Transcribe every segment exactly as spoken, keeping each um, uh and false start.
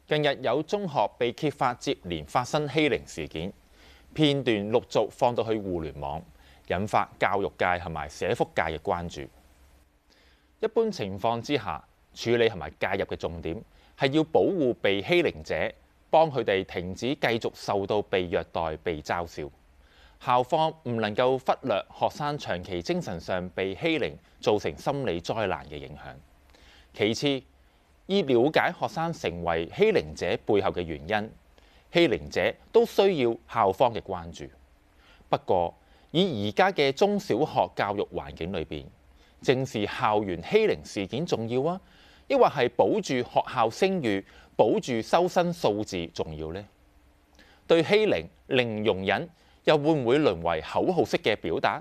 近日有中學被揭發接連發生欺凌事件，片段陸續放到去互聯網，引發教育界同埋社福界嘅關注。一般情況之下，處理同埋介入嘅重點係要保護被欺凌者，幫佢哋停止繼續受到被虐待、被嘲笑。校方唔能夠忽略學生長期精神上被欺凌造成心理災難嘅影響。其次，以了解學生成為欺凌者背後嘅原因，欺凌者都需要校方嘅關注。不過，以而家嘅中小學教育環境裏邊，正視校園欺凌事件重要啊，抑或係保住學校聲譽、保住收生數字重要呢？對欺凌零容忍，又會唔會淪為口號式嘅表達？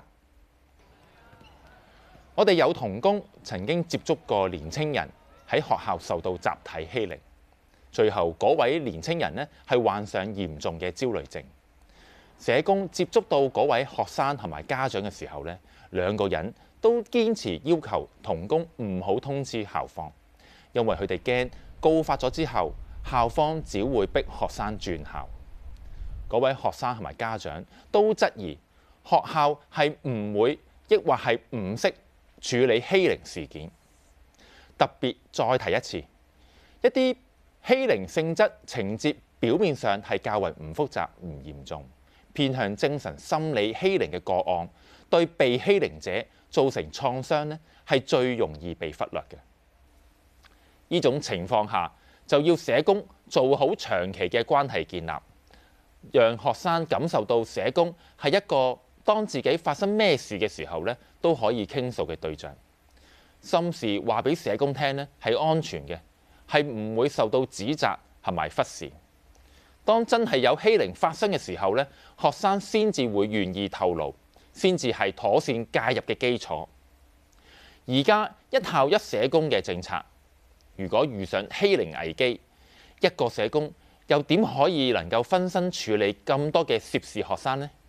我哋有同工曾經接觸過年青人喺學校受到集體欺凌，最後嗰位年青人呢係患上嚴重嘅焦慮症。社工接觸到嗰位學生同埋家長嘅時候呢，兩個人都堅持要求同工唔好通知校方，因為佢哋驚告發咗之後，校方只會逼學生轉校。嗰位學生同埋家長都質疑學校係唔會，抑或係唔識處理欺凌事件。特別再提一次，一啲欺凌性質情節表面上係較為唔複雜、唔嚴重，偏向精神心理欺凌嘅個案，對被欺凌者造成創傷呢，係最容易被忽略嘅。呢種情況下，就要社工做好長期嘅關係建立，讓學生感受到社工係一個當自己發生咩事嘅時候呢，都可以傾訴嘅對象。心事話俾社工聽呢，係安全嘅，係唔會受到指責同埋忽視。當真係有欺凌發生嘅時候呢，學生先至會願意透露，先至係妥善介入嘅基礎。而家一校一社工嘅政策，如果遇上欺凌危機，一個社工又點可以能夠分身處理咁多嘅涉事學生呢？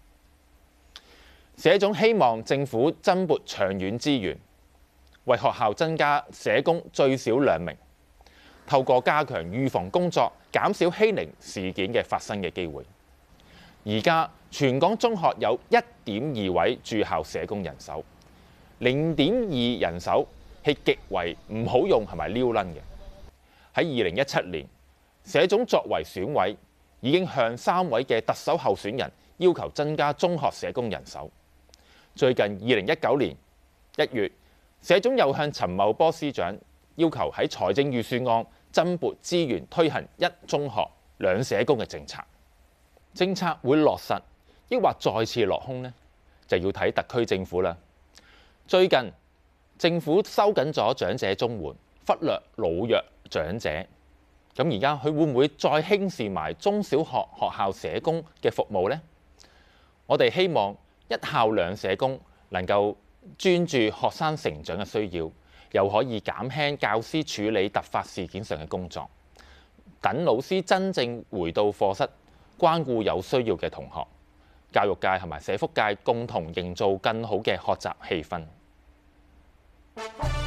社總希望政府增撥長遠資源，為學校增加社工最少兩名，透過加強預防工作，減少欺凌事件嘅發生嘅機會。而家全港中學有一點二位駐校社工人手，零點二人手係極為唔好用同埋撩撚嘅。喺二零一七年，社總作為選委，已經向三位嘅特首候選人要求增加中學社工人手。最近二零一九年一月，社總又向陳茂波司長要求喺財政預算案增撥資源推行一中學兩社工嘅政策。政策會落實，抑或再次落空呢？就要睇特區政府啦。最近政府收緊咗長者綜援，忽略老弱長者。咁而家佢會唔會再輕視埋中小學學校社工嘅服務呢？我哋希望一校兩社工能夠專注學生成長嘅需要，又可以減輕教師處理突發事件上嘅工作，等老師真正回到課室，關顧有需要嘅同學。教育界同埋社福界共同營造更好嘅學習氣氛。